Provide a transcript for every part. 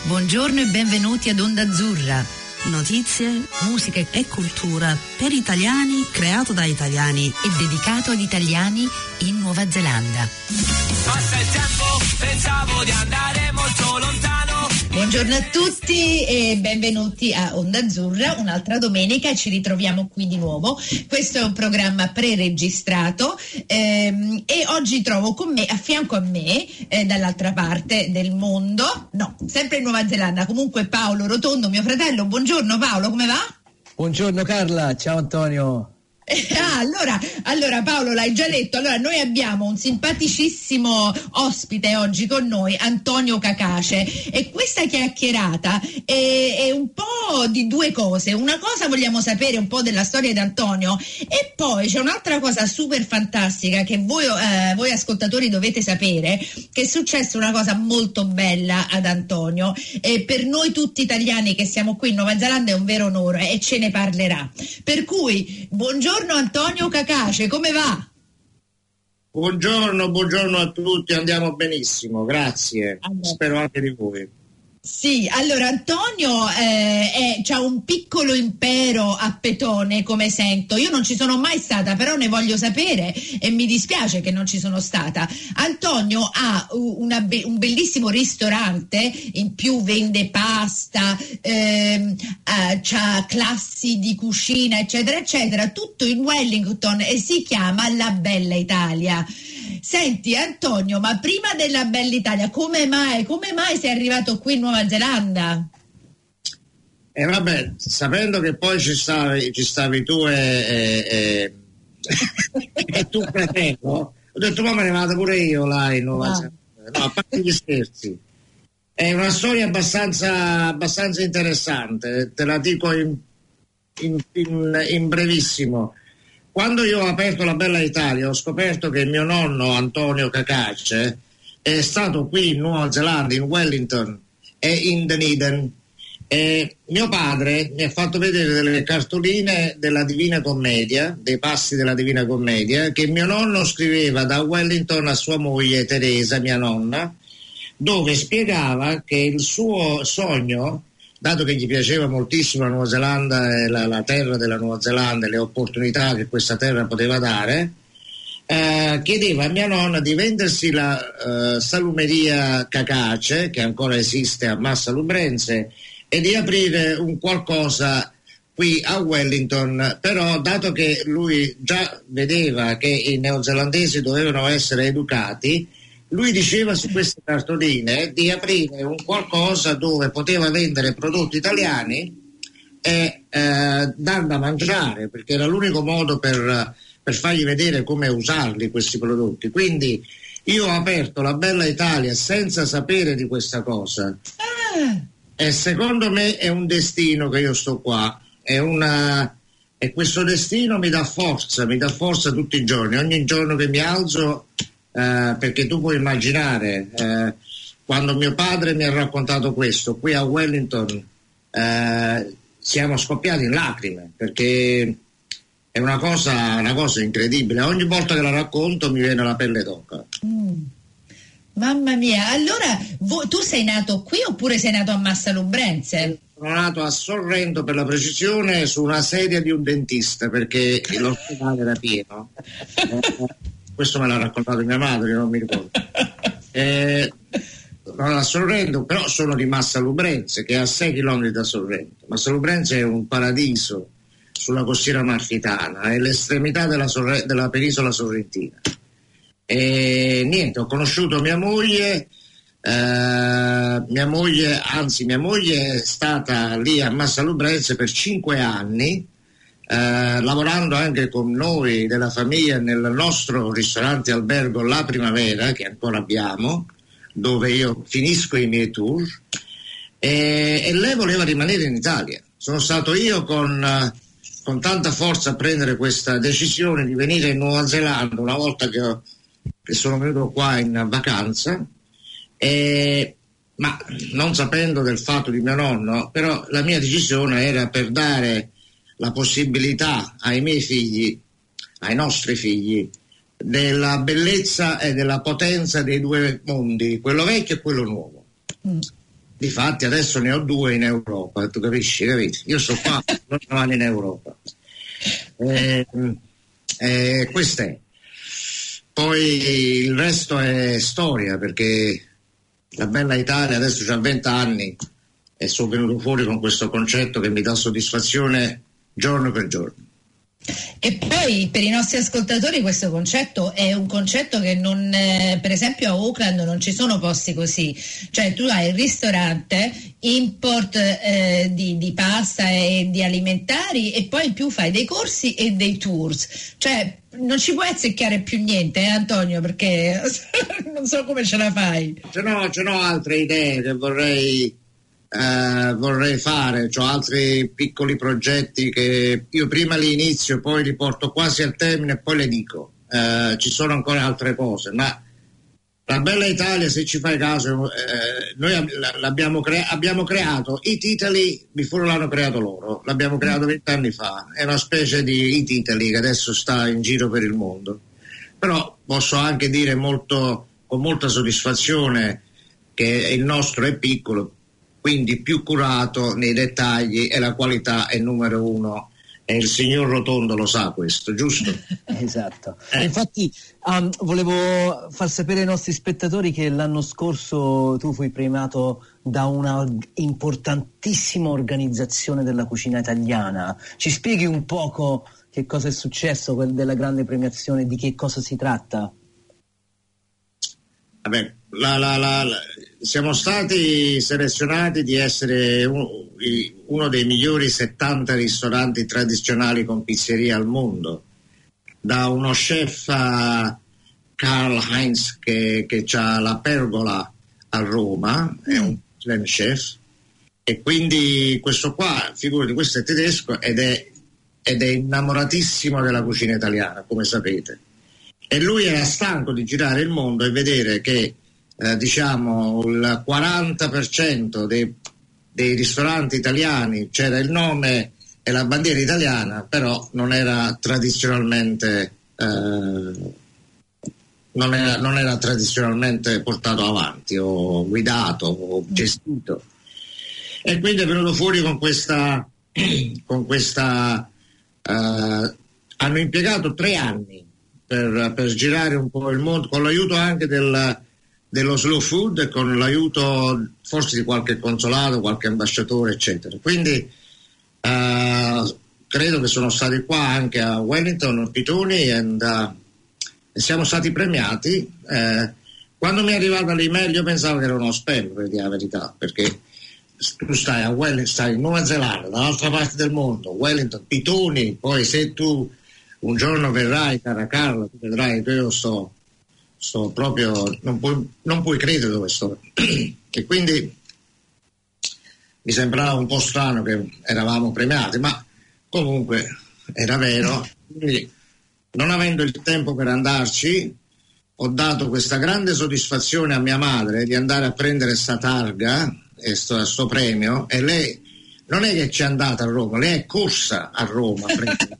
Buongiorno e benvenuti ad Onda Azzurra. Notizie, musica e cultura per italiani, creato da italiani e dedicato ad italiani in Nuova Zelanda. Passa il tempo, pensavo di andare molto lontano. Buongiorno a tutti e benvenuti a Onda Azzurra, un'altra domenica, ci ritroviamo qui di nuovo. Questo è un programma preregistrato e oggi trovo con me, a fianco a me, dall'altra parte del mondo, no, sempre in Nuova Zelanda, comunque Paolo Rotondo, mio fratello. Buongiorno Paolo, come va? Buongiorno Carla, ciao Antonio. Allora Paolo, l'hai già detto. Allora noi abbiamo un simpaticissimo ospite oggi con noi, Antonio Cacace, e questa chiacchierata è un po' di due cose. Una cosa, vogliamo sapere un po' della storia di Antonio, e poi c'è un'altra cosa super fantastica che voi ascoltatori dovete sapere, che è successa una cosa molto bella ad Antonio, e per noi tutti italiani che siamo qui in Nuova Zelanda è un vero onore, e ce ne parlerà. Per cui buongiorno Antonio Cacace, come va? Buongiorno a tutti, andiamo benissimo, grazie. Allora. Spero anche di voi. Sì, allora Antonio c'ha un piccolo impero a Petone, come sento. Io non ci sono mai stata, però ne voglio sapere e mi dispiace che non ci sono stata. Antonio ha un bellissimo ristorante, in più vende pasta, c'ha classi di cucina, eccetera, eccetera, tutto in Wellington, e si chiama La Bella Italia. Senti Antonio, ma prima della Bella Italia, come mai sei arrivato qui in Nuova Zelanda? Vabbè, sapendo che poi ci stavi tu e tuo fratello, ho detto ma me ne vado pure io là in Nuova Zelanda. No, a parte gli scherzi. È una storia abbastanza interessante, te la dico in brevissimo. Quando io ho aperto La Bella Italia ho scoperto che mio nonno Antonio Cacace è stato qui in Nuova Zelanda, in Wellington e in Dunedin, e mio padre mi ha fatto vedere delle cartoline della Divina Commedia, dei passi della Divina Commedia, che mio nonno scriveva da Wellington a sua moglie Teresa, mia nonna, dove spiegava che il suo sogno, dato che gli piaceva moltissimo la Nuova Zelanda e la terra della Nuova Zelanda e le opportunità che questa terra poteva dare, chiedeva a mia nonna di vendersi la salumeria Cacace, che ancora esiste a Massa Lubrense, e di aprire un qualcosa qui a Wellington. Però dato che lui già vedeva che i neozelandesi dovevano essere educati, lui diceva su queste cartoline di aprire un qualcosa dove poteva vendere prodotti italiani e dar da mangiare, perché era l'unico modo per fargli vedere come usarli questi prodotti. Quindi io ho aperto La Bella Italia senza sapere di questa cosa, e secondo me è un destino che io sto qua, e questo destino mi dà forza tutti i giorni, ogni giorno che mi alzo. Perché tu puoi immaginare, quando mio padre mi ha raccontato questo qui a Wellington, siamo scoppiati in lacrime, perché è una cosa incredibile. Ogni volta che la racconto mi viene la pelle d'oca. Mamma mia, allora tu sei nato qui oppure sei nato a Massa Lubrense? Sono nato a Sorrento, per la precisione, su una sedia di un dentista, perché l'ospedale era pieno. Questo me l'ha raccontato mia madre, non mi ricordo. A Sorrento, però sono di Massa Lubrense, che è a 6 km da Sorrento. Massa Lubrense è un paradiso sulla costiera amalfitana, è l'estremità della penisola sorrentina. E niente, ho conosciuto mia moglie è stata lì a Massa Lubrense per 5 anni, lavorando anche con noi della famiglia nel nostro ristorante albergo La Primavera, che ancora abbiamo, dove io finisco i miei tour, e lei voleva rimanere in Italia. Sono stato io con tanta forza a prendere questa decisione di venire in Nuova Zelanda una volta che sono venuto qua in vacanza, ma non sapendo del fatto di mio nonno. Però la mia decisione era per dare la possibilità ai miei figli, ai nostri figli, della bellezza e della potenza dei due mondi, quello vecchio e quello nuovo. Difatti adesso ne ho 2 in Europa, tu capisci? Io sto qua, non in Europa. Questo è. Poi il resto è storia, perché la bella Italia adesso ha 20 anni e sono venuto fuori con questo concetto che mi dà soddisfazione giorno per giorno. E poi per i nostri ascoltatori questo concetto è un concetto che non, per esempio a Auckland non ci sono posti così, cioè tu hai il ristorante, import di pasta e di alimentari, e poi in più fai dei corsi e dei tours, cioè non ci puoi azzecchiare più niente, Antonio, perché non so come ce la fai. Ce n'ho altre idee che vorrei fare, ho altri piccoli progetti che io prima li inizio, poi li porto quasi al termine e poi le dico. Ci sono ancora altre cose, ma la bella Italia, se ci fai caso, noi abbiamo creato Eat Italy before l'hanno creato loro, l'abbiamo creato 20 anni fa, è una specie di Eat Italy che adesso sta in giro per il mondo, però posso anche dire con molta soddisfazione che il nostro è piccolo, quindi più curato nei dettagli, e la qualità è numero 1, e il signor Rotondo lo sa questo, giusto? Esatto. Infatti volevo far sapere ai nostri spettatori che l'anno scorso tu fui premiato da una importantissima organizzazione della cucina italiana. Ci spieghi un poco che cosa è successo della grande premiazione, di che cosa si tratta? Vabbè, siamo stati selezionati di essere uno dei migliori 70 ristoranti tradizionali con pizzeria al mondo, da uno chef Karl Heinz che ha la Pergola a Roma, è un slam chef, e quindi questo qua, figurati, questo è tedesco ed è innamoratissimo della cucina italiana, come sapete. E lui era stanco di girare il mondo e vedere che diciamo il 40% dei ristoranti italiani c'era il nome e la bandiera italiana, però non era tradizionalmente non era tradizionalmente portato avanti o guidato o gestito. E quindi è venuto fuori con questa hanno impiegato 3 anni per girare un po' il mondo, con l'aiuto anche dello slow food e con l'aiuto forse di qualche consolato, qualche ambasciatore, eccetera. Quindi credo che sono stati qua anche a Wellington, Pitoni, e siamo stati premiati. Quando mi è arrivata l'email io pensavo che era uno spam, per dire la verità, perché tu stai a Wellington, stai in Nuova Zelanda, dall'altra parte del mondo, Wellington, Pitoni, poi se tu un giorno verrai, cara Carla, tu vedrai che io sto proprio, non puoi credere dove sto. E quindi mi sembrava un po' strano che eravamo premiati, ma comunque era vero. Quindi, non avendo il tempo per andarci, ho dato questa grande soddisfazione a mia madre di andare a prendere sta targa e sto premio, e lei non è che ci è andata a Roma, lei è corsa a Roma a prendere.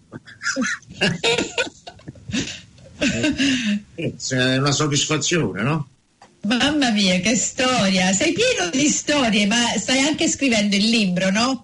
È una soddisfazione, no? Mamma mia, che storia! Sei pieno di storie, ma stai anche scrivendo il libro, no?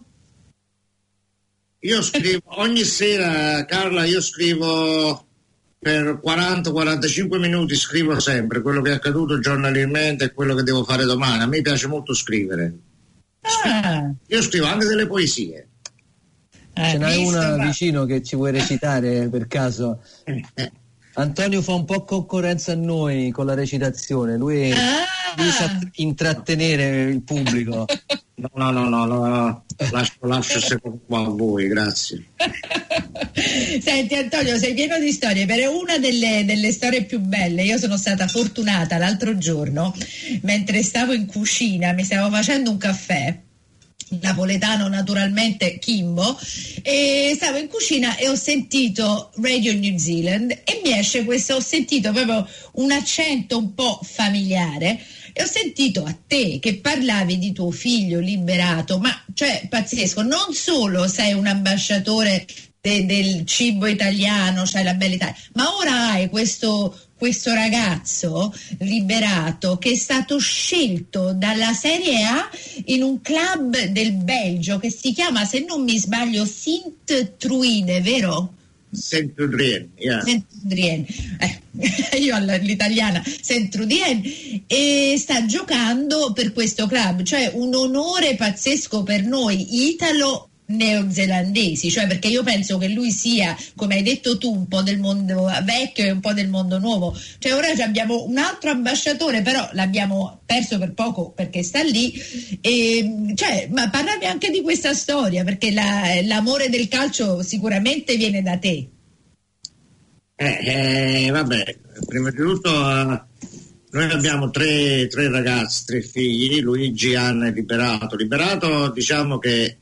Io scrivo ogni sera, Carla, io scrivo per 40-45 minuti, scrivo sempre quello che è accaduto giornalmente e quello che devo fare domani. A me piace molto scrivere. Io scrivo anche delle poesie. Ce n'hai una vicino che ci vuoi recitare per caso? Antonio fa un po' concorrenza a noi con la recitazione, lui sa intrattenere il pubblico. No, lascio secondo qua a voi, grazie. Senti Antonio, sei pieno di storie, per una delle storie più belle. Io sono stata fortunata l'altro giorno, mentre stavo in cucina, mi stavo facendo un caffè napoletano, naturalmente Kimbo, e stavo in cucina e ho sentito Radio New Zealand e mi esce questo, ho sentito proprio un accento un po' familiare e ho sentito a te che parlavi di tuo figlio liberato, ma cioè pazzesco, non solo sei un ambasciatore del cibo italiano, cioè la bella Italia, ma ora hai questo questo ragazzo liberato che è stato scelto dalla Serie A in un club del Belgio che si chiama, se non mi sbaglio, Sint-Truiden, vero? Sint-Truiden, yeah. Sint-Truiden. Io all'italiana Sint-Truiden, e sta giocando per questo club, cioè un onore pazzesco per noi italo neozelandesi, cioè, perché io penso che lui sia, come hai detto tu, un po' del mondo vecchio e un po' del mondo nuovo, cioè ora abbiamo un altro ambasciatore, però l'abbiamo perso per poco perché sta lì, e, cioè, ma parlami anche di questa storia, perché l'amore del calcio sicuramente viene da te. Vabbè, prima di tutto noi abbiamo tre ragazzi, 3 figli, Luigi, Anna e Liberato, diciamo che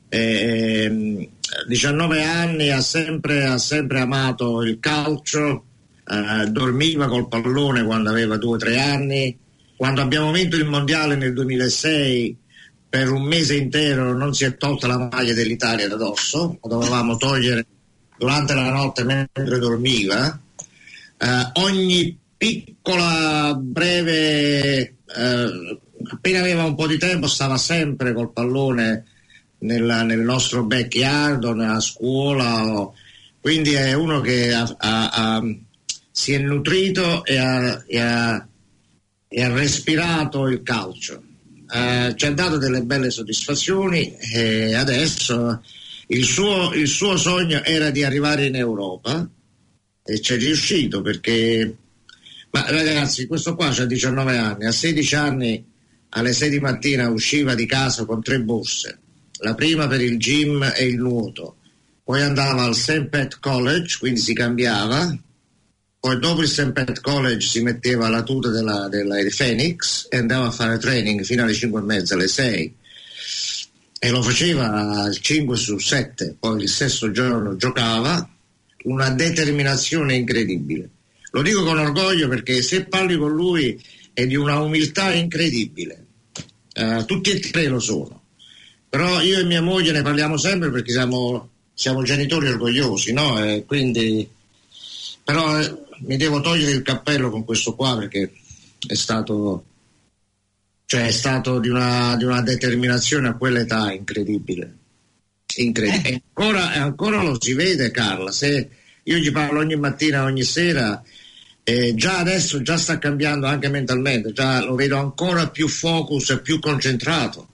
19 anni ha sempre amato il calcio, dormiva col pallone quando aveva 2 o 3 anni. Quando abbiamo vinto il mondiale nel 2006, per un mese intero non si è tolta la maglia dell'Italia da dosso, la dovevamo togliere durante la notte mentre dormiva. Ogni piccola breve, appena aveva un po' di tempo, stava sempre col pallone nel nostro backyard o nella scuola, quindi è uno che si è nutrito e ha respirato il calcio, ci ha dato delle belle soddisfazioni, e adesso il suo sogno era di arrivare in Europa e ci è riuscito, perché, ma ragazzi, questo qua c'ha 19 anni, a 16 anni alle 6 di mattina usciva di casa con 3 borse. La prima per il gym e il nuoto, poi andava al St. Pat College, quindi si cambiava, poi dopo il St. Pat College si metteva la tuta della Phoenix e andava a fare training fino alle 5:30, alle 6, e lo faceva al 5 su 7, poi il sesto giorno giocava, una determinazione incredibile. Lo dico con orgoglio perché se parli con lui è di una umiltà incredibile, tutti e 3 lo sono. Però io e mia moglie ne parliamo sempre perché siamo genitori orgogliosi, no? E quindi, però mi devo togliere il cappello con questo qua, perché è stato di una determinazione a quell'età incredibile. E ancora lo si vede, Carla. Se io gli parlo ogni mattina, ogni sera, già adesso sta cambiando anche mentalmente, già lo vedo ancora più focus e più concentrato.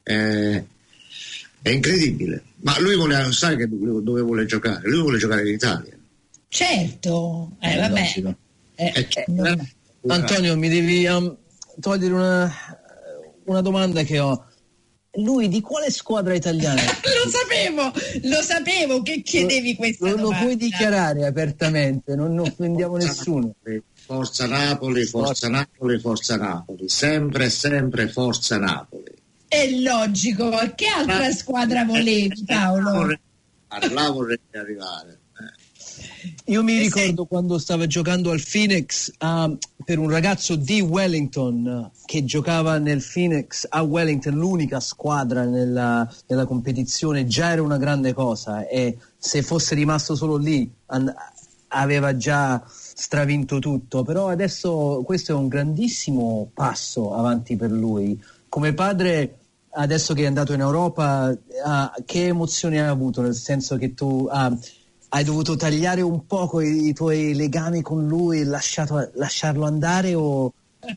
È incredibile, ma lui sai che dove vuole giocare? Lui vuole giocare in Italia. Certo, vabbè. Antonio, mi devi togliere una domanda che ho. Lui di quale squadra italiana? Lo sapevo che chiedevi questa domanda. Lo puoi dichiarare apertamente, non offendiamo nessuno. Forza Napoli, forza Napoli, forza Napoli, sempre forza Napoli. È logico, che altra squadra volevi, Paolo? Là vorrei arrivare. Io mi ricordo quando stava giocando al Phoenix, per un ragazzo di Wellington che giocava nel Phoenix a Wellington, l'unica squadra nella competizione, già era una grande cosa, e se fosse rimasto solo lì aveva già stravinto tutto. Però adesso questo è un grandissimo passo avanti per lui. Come padre, adesso che è andato in Europa, che emozioni hai avuto, nel senso che tu hai dovuto tagliare un poco i tuoi legami con lui e lasciarlo andare, o...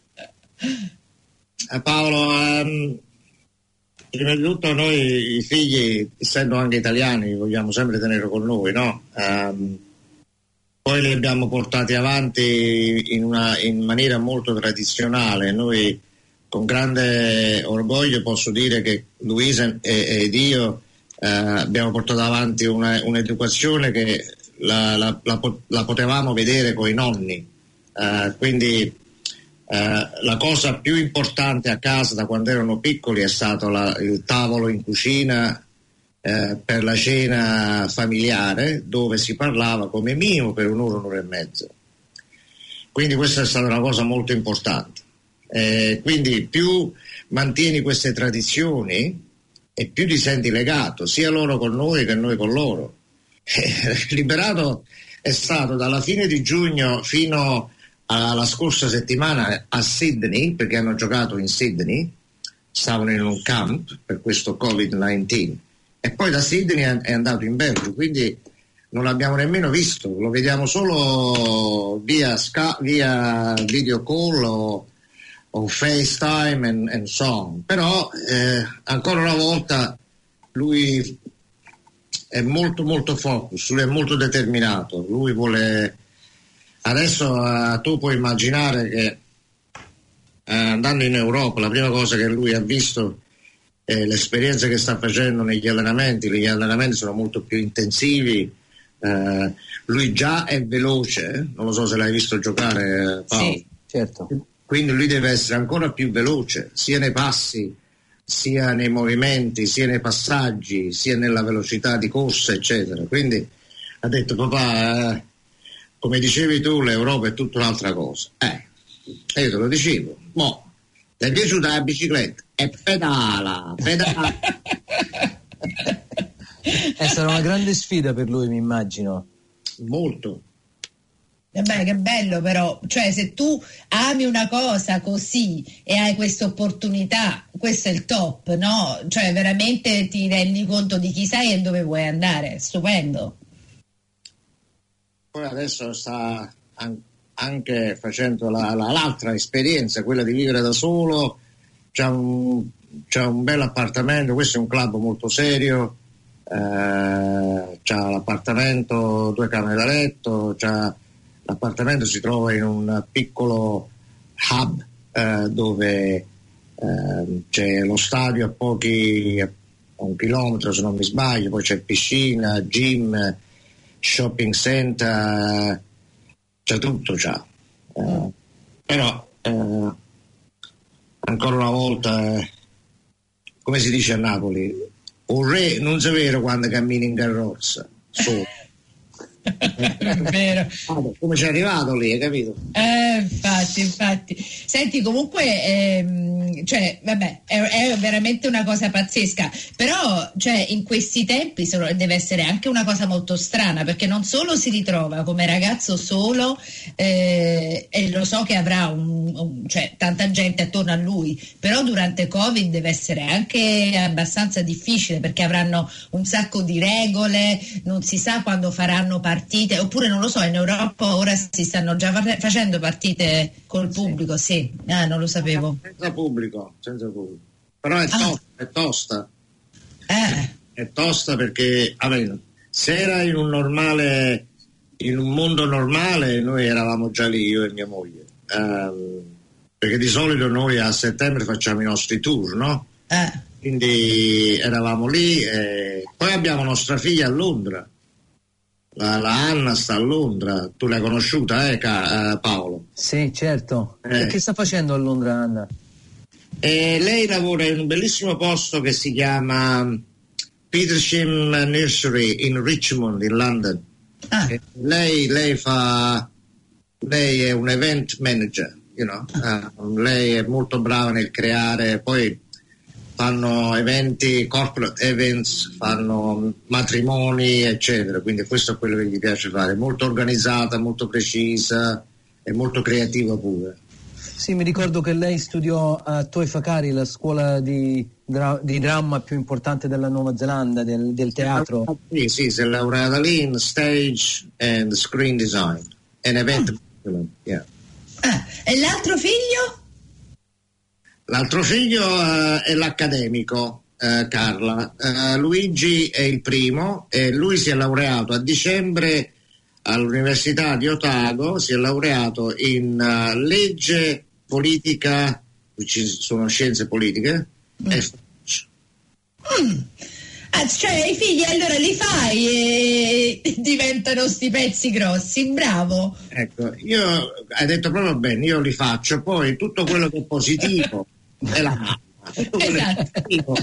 Paolo, prima di tutto noi i figli, essendo anche italiani, li vogliamo sempre tenere con noi, no? Poi li abbiamo portati avanti in maniera molto tradizionale. Noi con grande orgoglio posso dire che Luisa ed io abbiamo portato avanti un'educazione che la potevamo vedere coi nonni, quindi la cosa più importante a casa da quando erano piccoli è stato il tavolo in cucina per la cena familiare, dove si parlava come minimo per un'ora e mezza. Quindi questa è stata una cosa molto importante. Quindi più mantieni queste tradizioni e più ti senti legato, sia loro con noi che noi con loro. Liberato è stato dalla fine di giugno fino la scorsa settimana a Sydney, perché hanno giocato in Sydney, stavano in un camp per questo Covid-19, e poi da Sydney è andato in Belgio, quindi non l'abbiamo nemmeno visto, lo vediamo solo via video call o FaceTime and so on. Però ancora una volta lui è molto molto focus, lui è molto determinato, lui vuole adesso tu puoi immaginare che andando in Europa la prima cosa che lui ha visto è l'esperienza che sta facendo negli allenamenti. Gli allenamenti sono molto più intensivi, lui già è veloce, non lo so se l'hai visto giocare, Paolo. Sì, certo. Quindi lui deve essere ancora più veloce, sia nei passi, sia nei movimenti, sia nei passaggi, sia nella velocità di corsa, eccetera. Quindi ha detto: papà, come dicevi tu, l'Europa è tutta un'altra cosa. E io te lo dicevo, mo, ti è piaciuta la bicicletta? E pedala. Sarà una grande sfida per lui, mi immagino. Molto. Beh, che bello però, cioè se tu ami una cosa così e hai questa opportunità, questo è il top, no? Cioè veramente ti rendi conto di chi sei e dove vuoi andare, stupendo. Poi adesso sta anche facendo l'altra esperienza, quella di vivere da solo, c'ha un bel appartamento, questo è un club molto serio, c'ha l'appartamento, 2 camere da letto, l'appartamento si trova in un piccolo hub dove c'è lo stadio a 1 chilometro se non mi sbaglio, poi c'è piscina, gym, shopping center, c'è tutto. Però ancora una volta, come si dice a Napoli, un re non si vede quando cammina in carrozza solo. È vero. Come c'è arrivato lì, hai capito? Infatti. Senti, comunque, cioè, vabbè, è veramente una cosa pazzesca. Però, cioè, in questi tempi deve essere anche una cosa molto strana, perché non solo si ritrova come ragazzo solo, e lo so che avrà cioè, tanta gente attorno a lui, però durante Covid deve essere anche abbastanza difficile, perché avranno un sacco di regole, non si sa quando faranno partite, oppure non lo so, in Europa ora si stanno già facendo partite col pubblico, sì. Non lo sapevo. Senza pubblico. Però è tosta. È tosta perché se era in un mondo normale, noi eravamo già lì, io e mia moglie. Perché di solito noi a settembre facciamo i nostri tour, no? Quindi eravamo lì, poi abbiamo nostra figlia a Londra. La Anna sta a Londra, tu l'hai conosciuta, Paolo? Sì, certo. E che sta facendo a Londra, Anna? Lei lavora in un bellissimo posto che si chiama Petersham Nursery in Richmond, in London. Lei è un event manager, lei è molto brava nel creare, poi fanno eventi, corporate events, fanno matrimoni, eccetera, quindi questo è quello che gli piace fare, molto organizzata, molto precisa e molto creativa pure. Sì, mi ricordo che lei studiò a Toi Whakaari, la scuola di dramma più importante della Nuova Zelanda, del teatro. Sì, si è laureata lì in stage and screen design and event. Yeah. E l'altro figlio? L'altro figlio è l'accademico, Carla. Luigi è il primo e lui si è laureato a dicembre all'Università di Otago, si è laureato in legge politica, ci sono scienze politiche, e cioè i figli allora li fai e diventano sti pezzi grossi, bravo. Ecco, hai detto proprio bene, io li faccio, poi tutto quello che è positivo è la mamma. Esatto.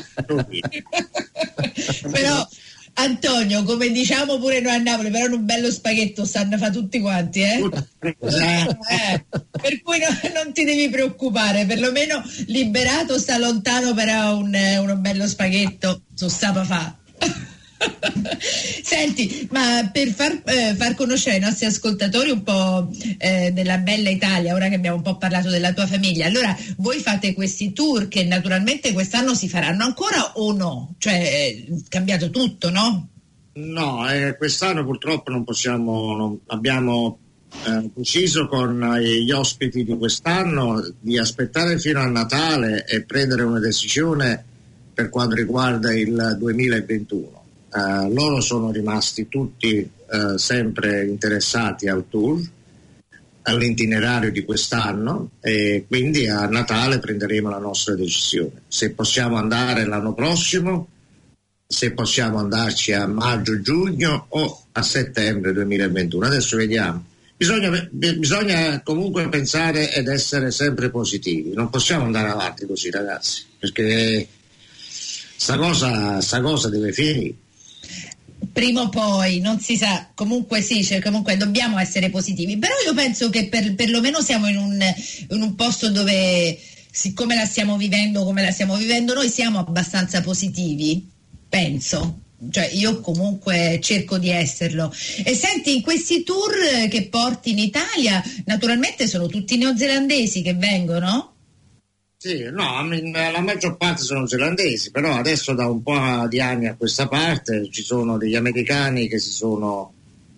Però Antonio, come diciamo pure noi a Napoli, però un bello spaghetto stanno a fare tutti quanti, per cui non ti devi preoccupare, perlomeno Liberato sta lontano, però uno bello spaghetto su sta fa. Senti, ma per far conoscere ai nostri ascoltatori un po' della bella Italia, ora che abbiamo un po' parlato della tua famiglia, allora voi fate questi tour che naturalmente quest'anno si faranno ancora o no? Cioè è cambiato tutto, no? No, quest'anno purtroppo non possiamo, abbiamo deciso con gli ospiti di quest'anno di aspettare fino a Natale e prendere una decisione per quanto riguarda il 2021. Loro sono rimasti tutti sempre interessati al tour, all'itinerario di quest'anno, e quindi a Natale prenderemo la nostra decisione. Se possiamo andare l'anno prossimo, se possiamo andarci a maggio-giugno o a settembre 2021. Adesso vediamo. Bisogna comunque pensare ed essere sempre positivi. Non possiamo andare avanti così, ragazzi, perché sta cosa deve finire. Prima o poi, non si sa, comunque sì, cioè, comunque dobbiamo essere positivi, però io penso che perlomeno siamo in un posto dove, siccome la stiamo vivendo come la stiamo vivendo noi, siamo abbastanza positivi, penso. Cioè io comunque cerco di esserlo. E senti, in questi tour che porti in Italia, naturalmente sono tutti neozelandesi che vengono? Sì, no, la maggior parte sono zelandesi, però adesso da un po' di anni a questa parte ci sono degli americani che si sono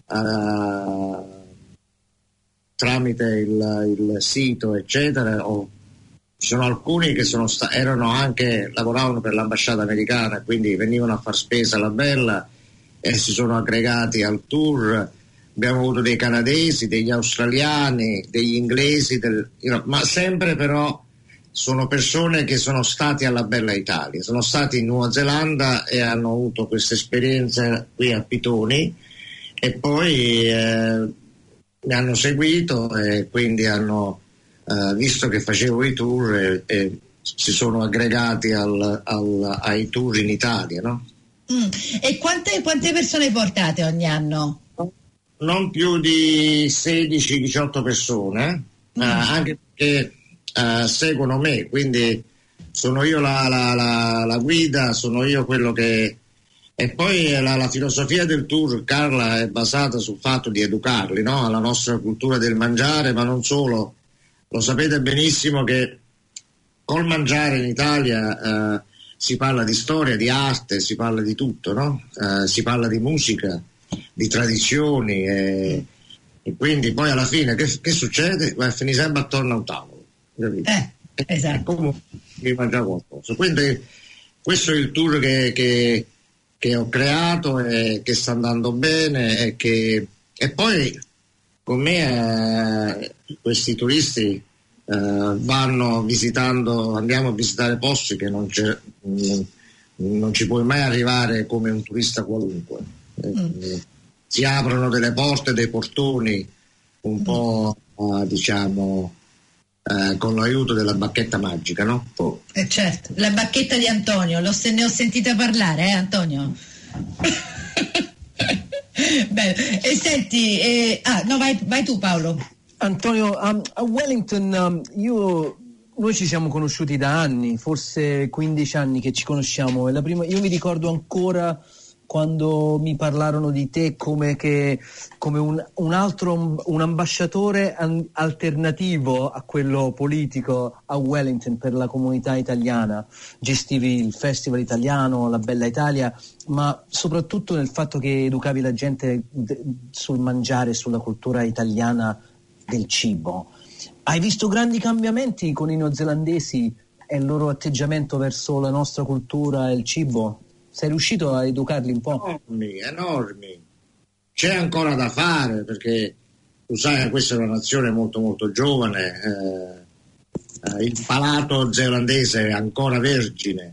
tramite il sito eccetera, o ci sono alcuni che lavoravano per l'ambasciata americana, quindi venivano a far spesa alla bella e si sono aggregati al tour. Abbiamo avuto dei canadesi, degli australiani, degli inglesi, ma sempre però sono persone che sono stati alla bella Italia, sono stati in Nuova Zelanda e hanno avuto questa esperienza qui a Pitoni e poi mi hanno seguito e quindi hanno visto che facevo i tour e si sono aggregati ai tour in Italia, no? E quante persone portate ogni anno? Non più di 16-18 persone, anche perché seguono me, quindi sono io la guida, sono io quello che... E poi la filosofia del tour, Carla, è basata sul fatto di educarli, no? Alla nostra cultura del mangiare, ma non solo. Lo sapete benissimo che col mangiare in Italia si parla di storia, di arte, si parla di tutto, no? Si parla di musica, di tradizioni e quindi poi alla fine che succede? Finì sempre attorno a un tavolo. Esatto. Comunque mangiare qualcosa. Quindi questo è il tour che ho creato e che sta andando bene e poi con me questi turisti andiamo a visitare posti che non ci puoi mai arrivare come un turista qualunque. Si aprono delle porte, dei portoni un po' diciamo con l'aiuto della bacchetta magica, no? Certo, la bacchetta di Antonio, ne ho sentita parlare, Antonio? Bello. E senti, no, vai tu Paolo. Antonio, a Wellington noi ci siamo conosciuti da anni, forse 15 anni che ci conosciamo, io mi ricordo ancora quando mi parlarono di te come un ambasciatore alternativo a quello politico a Wellington per la comunità italiana. Gestivi il festival italiano, la Bella Italia, ma soprattutto nel fatto che educavi la gente sul mangiare, sulla cultura italiana del cibo. Hai visto grandi cambiamenti con i neozelandesi e il loro atteggiamento verso la nostra cultura e il cibo? Sei riuscito a educarli un po'? Enormi. C'è ancora da fare perché tu sai che questa è una nazione molto molto giovane, il palato zelandese è ancora vergine,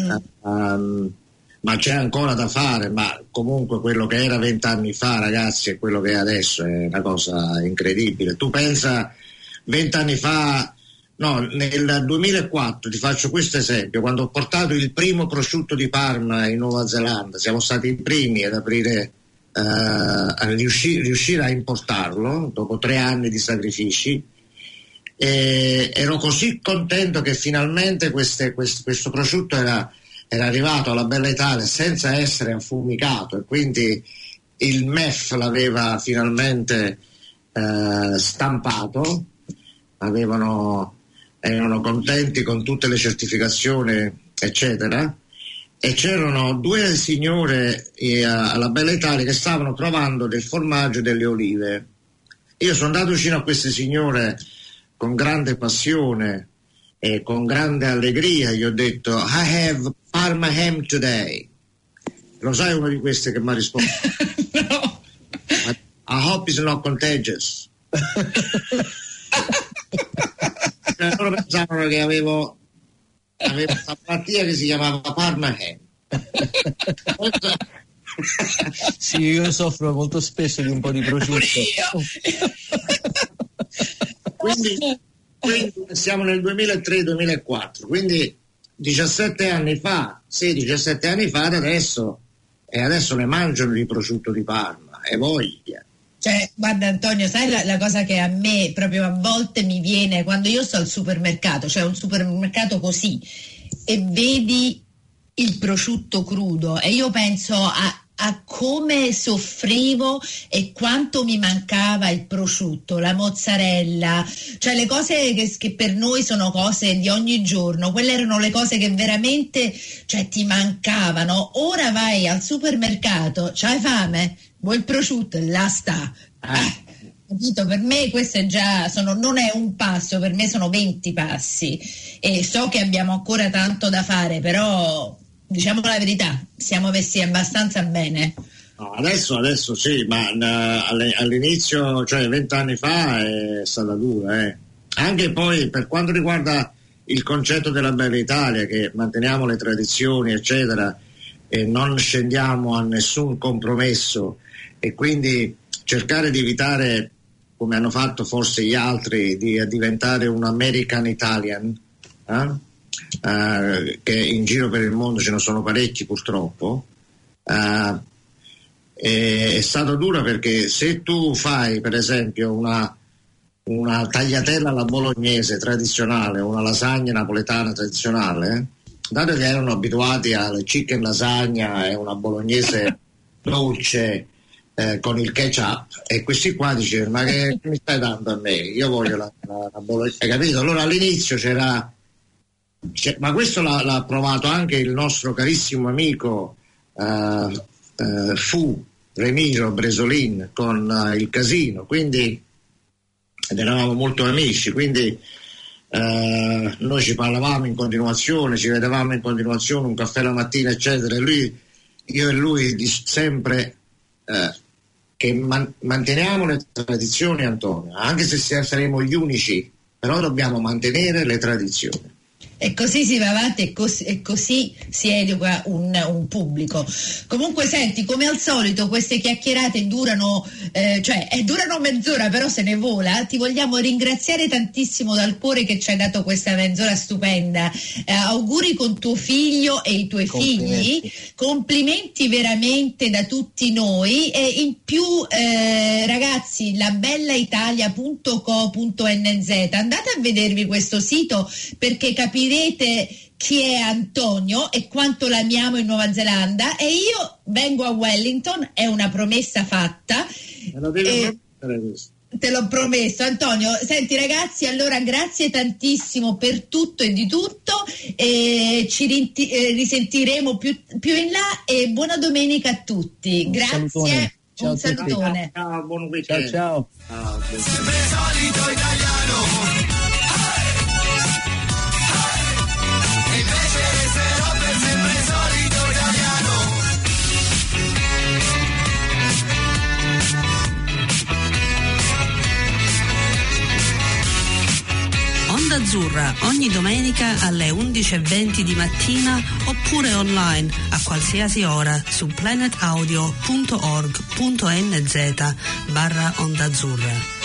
ma c'è ancora da fare, ma comunque quello che era 20 anni fa, ragazzi, e quello che è adesso è una cosa incredibile. Tu pensa 20 anni fa, no, nel 2004, ti faccio questo esempio, quando ho portato il primo prosciutto di Parma in Nuova Zelanda, siamo stati i primi ad aprire, a riuscire a importarlo dopo 3 anni di sacrifici, e ero così contento che finalmente questo prosciutto era arrivato alla Bella Italia senza essere affumicato, e quindi il MEF l'aveva finalmente stampato, erano contenti con tutte le certificazioni eccetera, e c'erano due signore alla Bella Italia che stavano provando del formaggio e delle olive. Io sono andato vicino a queste signore con grande passione e con grande allegria, gli ho detto I have Parma ham today. Lo sai una di queste che mi ha risposto? No. I hope it's not contagious. Loro pensavano che avevo questa malattia che si chiamava Parma ham. Sì, io soffro molto spesso di un po' di prosciutto. Quindi siamo nel 2003-2004, quindi 17 anni fa adesso ne mangiano di prosciutto di Parma, e voglia. Cioè, guarda Antonio, sai la cosa che a me proprio a volte mi viene quando io sto al supermercato, cioè un supermercato così, e vedi il prosciutto crudo, e io penso a come soffrivo e quanto mi mancava il prosciutto, la mozzarella, cioè le cose che per noi sono cose di ogni giorno, quelle erano le cose che veramente, cioè, ti mancavano. Ora vai al supermercato, c'hai fame, vuoi il prosciutto e là sta. Capito? Per me questo è già, non è un passo, per me sono 20 passi, e so che abbiamo ancora tanto da fare, però diciamo la verità, siamo messi abbastanza bene. No, adesso sì, ma all'inizio, cioè 20 anni fa, è stata dura. Anche poi per quanto riguarda il concetto della Bella Italia, che manteniamo le tradizioni eccetera e non scendiamo a nessun compromesso, e quindi cercare di evitare, come hanno fatto forse gli altri, di diventare un American Italian, che in giro per il mondo ce ne sono parecchi purtroppo, è stato duro, perché se tu fai per esempio una tagliatella alla bolognese tradizionale, una lasagna napoletana tradizionale, dato che erano abituati alle chicken lasagna e una bolognese dolce con il ketchup, e questi qua dicevano ma che mi stai dando a me, io voglio la bolognese, hai capito? Allora all'inizio ma questo l'ha provato anche il nostro carissimo amico Remiro Bresolin con il Casino, quindi, ed eravamo molto amici, quindi noi ci parlavamo in continuazione, ci vedevamo in continuazione, un caffè la mattina eccetera, e io e lui sempre che manteniamo le tradizioni, Antonio, anche se saremo gli unici, però dobbiamo mantenere le tradizioni. E così si va avanti e così si educa un pubblico. Comunque senti, come al solito queste chiacchierate durano mezz'ora, però se ne vola. Ti vogliamo ringraziare tantissimo dal cuore che ci hai dato questa mezz'ora stupenda. Auguri con tuo figlio e i tuoi figli, complimenti veramente da tutti noi, e in più ragazzi, labellaitalia.co.nz, andate a vedervi questo sito, perché capirete chi è Antonio e quanto l'amiamo in Nuova Zelanda, e io vengo a Wellington, è una promessa fatta. Te l'ho promesso, Antonio. Senti ragazzi, allora grazie tantissimo per tutto e di tutto, e ci risentiremo più in là, e buona domenica a tutti. Grazie, ciao, un salutone. Ciao, buon weekend. Ciao. Sempre solito italiano. Onda Azzurra ogni domenica alle 11:20 di mattina, oppure online a qualsiasi ora su planetaudio.org.nz/Onda Azzurra.